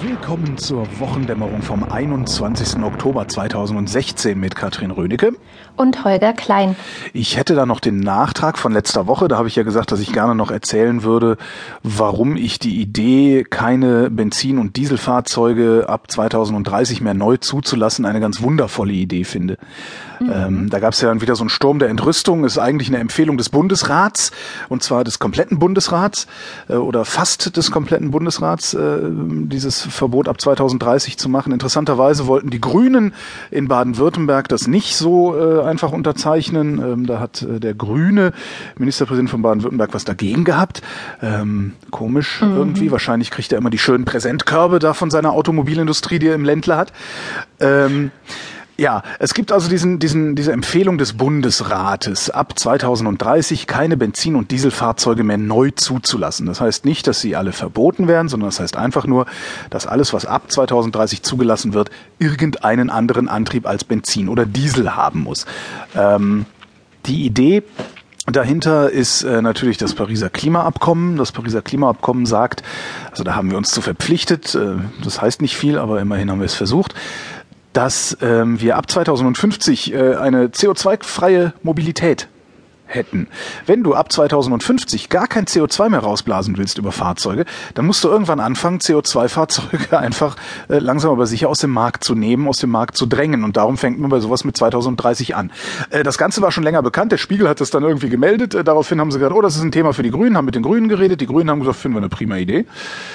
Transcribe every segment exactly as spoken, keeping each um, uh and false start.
Willkommen zur Wochendämmerung vom einundzwanzigsten Oktober zweitausendsechzehn mit Katrin Rönecke und Holger Klein. Ich hätte da noch den Nachtrag von letzter Woche. Da habe ich ja gesagt, dass ich gerne noch erzählen würde, warum ich die Idee, keine Benzin- und Dieselfahrzeuge ab zweitausenddreißig mehr neu zuzulassen, eine ganz wundervolle Idee finde. Mhm. Ähm, da gab es ja dann wieder so einen Sturm der Entrüstung. Ist eigentlich eine Empfehlung des Bundesrats, und zwar des kompletten Bundesrats äh, oder fast des kompletten Bundesrats, äh, dieses Verbot ab zweitausenddreißig zu machen. Interessanterweise wollten die Grünen in Baden-Württemberg das nicht so äh, einfach unterzeichnen. Ähm, da hat äh, der grüne Ministerpräsident von Baden-Württemberg was dagegen gehabt. Ähm, komisch mhm. irgendwie. Wahrscheinlich kriegt er immer die schönen Präsentkörbe da von seiner Automobilindustrie, die er im Ländler hat. Ähm, Ja, es gibt also diesen, diesen, diese Empfehlung des Bundesrates, ab zweitausenddreißig keine Benzin- und Dieselfahrzeuge mehr neu zuzulassen. Das heißt nicht, dass sie alle verboten werden, sondern das heißt einfach nur, dass alles, was ab zweitausenddreißig zugelassen wird, irgendeinen anderen Antrieb als Benzin oder Diesel haben muss. Ähm, die Idee dahinter ist äh, natürlich das Pariser Klimaabkommen. Das Pariser Klimaabkommen sagt, also da haben wir uns zu verpflichtet, äh, das heißt nicht viel, aber immerhin haben wir es versucht, dass ähm, wir ab zweitausendfünfzig äh, eine C O zwei freie Mobilität hätten. Wenn du ab zweitausendfünfzig gar kein C O zwei mehr rausblasen willst über Fahrzeuge, dann musst du irgendwann anfangen, C O zwei Fahrzeuge einfach äh, langsam aber sicher aus dem Markt zu nehmen, aus dem Markt zu drängen. Und darum fängt man bei sowas mit zweitausenddreißig an. Äh, das Ganze war schon länger bekannt. Der Spiegel hat das dann irgendwie gemeldet. Äh, daraufhin haben sie gesagt, oh, das ist ein Thema für die Grünen, haben mit den Grünen geredet. Die Grünen haben gesagt, finden wir eine prima Idee.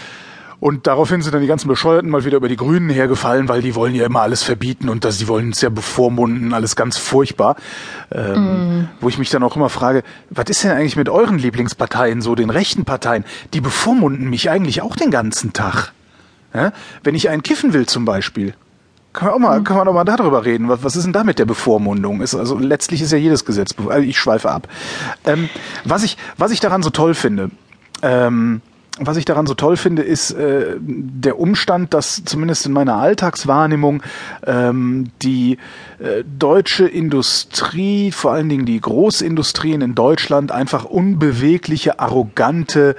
Und daraufhin sind dann die ganzen Bescheuerten mal wieder über die Grünen hergefallen, weil die wollen ja immer alles verbieten und das, die wollen es ja bevormunden, alles ganz furchtbar. Ähm, mm. Wo ich mich dann auch immer frage, was ist denn eigentlich mit euren Lieblingsparteien, so den rechten Parteien? Die bevormunden mich eigentlich auch den ganzen Tag. Ja? Wenn ich einen kiffen will zum Beispiel, kann man auch mal, kann man auch mal darüber reden. Was, was ist denn da mit der Bevormundung? Ist also letztlich ist ja jedes Gesetz, also ich schweife ab. Ähm, was ich, was ich daran so toll finde, ähm, Was ich daran so toll finde, ist äh, der Umstand, dass zumindest in meiner Alltagswahrnehmung ähm, die äh, deutsche Industrie, vor allen Dingen die Großindustrien in Deutschland, einfach unbewegliche, arrogante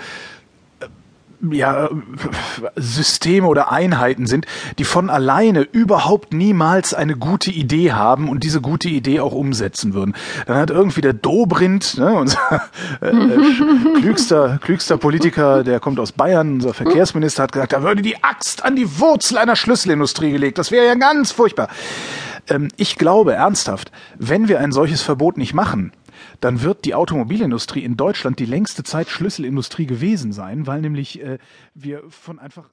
ja, Systeme oder Einheiten sind, die von alleine überhaupt niemals eine gute Idee haben und diese gute Idee auch umsetzen würden. Dann hat irgendwie der Dobrindt, ne, unser äh, klügster, klügster Politiker, der kommt aus Bayern, unser Verkehrsminister, hat gesagt, da würde die Axt an die Wurzel einer Schlüsselindustrie gelegt. Das wäre ja ganz furchtbar. Ähm, ich glaube ernsthaft, wenn wir ein solches Verbot nicht machen, dann wird die Automobilindustrie in Deutschland die längste Zeit Schlüsselindustrie gewesen sein, weil nämlich äh, wir von einfach